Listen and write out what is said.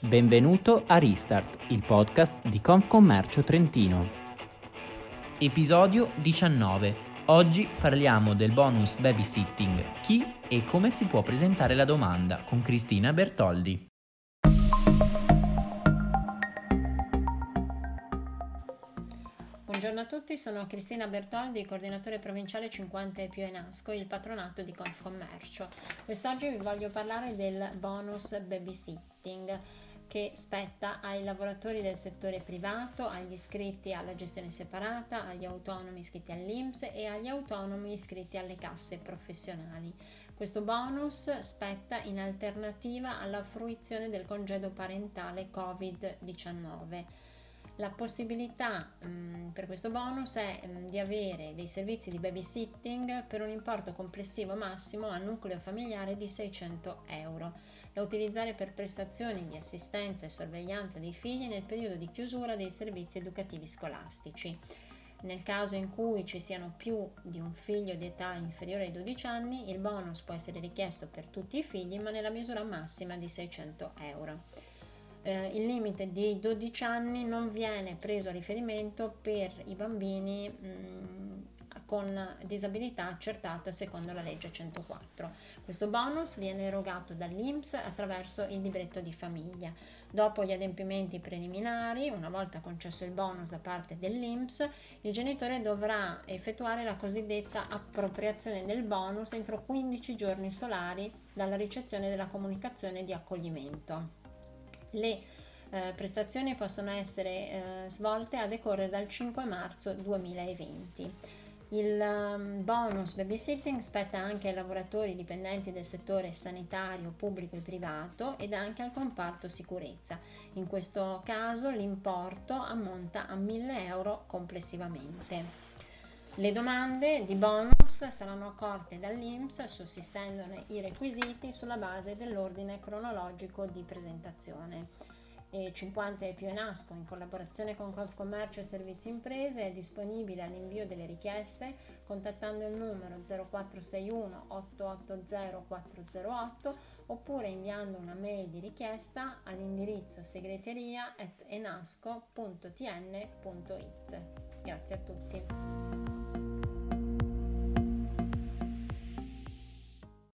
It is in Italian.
Benvenuto a Restart, il podcast di Confcommercio Trentino. Episodio 19. Oggi parliamo del bonus babysitting, chi e come si può presentare la domanda, con Cristina Bertoldi. Buongiorno a tutti, sono Cristina Bertoldi, coordinatore provinciale 50 e più Enasco, il patronato di Confcommercio. Quest'oggi vi voglio parlare del bonus babysitting che spetta ai lavoratori del settore privato, agli iscritti alla gestione separata, agli autonomi iscritti all'INPS e agli autonomi iscritti alle casse professionali. Questo bonus spetta in alternativa alla fruizione del congedo parentale Covid-19. La possibilità per questo bonus è di avere dei servizi di babysitting per un importo complessivo massimo a nucleo familiare di 600 euro, da utilizzare per prestazioni di assistenza e sorveglianza dei figli nel periodo di chiusura dei servizi educativi scolastici. Nel caso in cui ci siano più di un figlio di età inferiore ai 12 anni, il bonus può essere richiesto per tutti i figli, ma nella misura massima di 600 euro. Il limite di 12 anni non viene preso a riferimento per i bambini con disabilità accertata secondo la legge 104. Questo bonus viene erogato dall'INPS attraverso il libretto di famiglia. Dopo gli adempimenti preliminari, una volta concesso il bonus da parte dell'INPS, il genitore dovrà effettuare la cosiddetta appropriazione del bonus entro 15 giorni solari dalla ricezione della comunicazione di accoglimento. Le prestazioni possono essere svolte a decorrere dal 5 marzo 2020. Il bonus babysitting spetta anche ai lavoratori dipendenti del settore sanitario, pubblico e privato ed anche al comparto sicurezza. In questo caso l'importo ammonta a 1.000 euro complessivamente. Le domande di bonus saranno accolte dall'INPS sussistendone i requisiti sulla base dell'ordine cronologico di presentazione. E 50 e più Enasco, in collaborazione con Confcommercio e Servizi Imprese, è disponibile all'invio delle richieste contattando il numero 0461 880 408 oppure inviando una mail di richiesta all'indirizzo segreteria@enasco.tn.it. Grazie a tutti.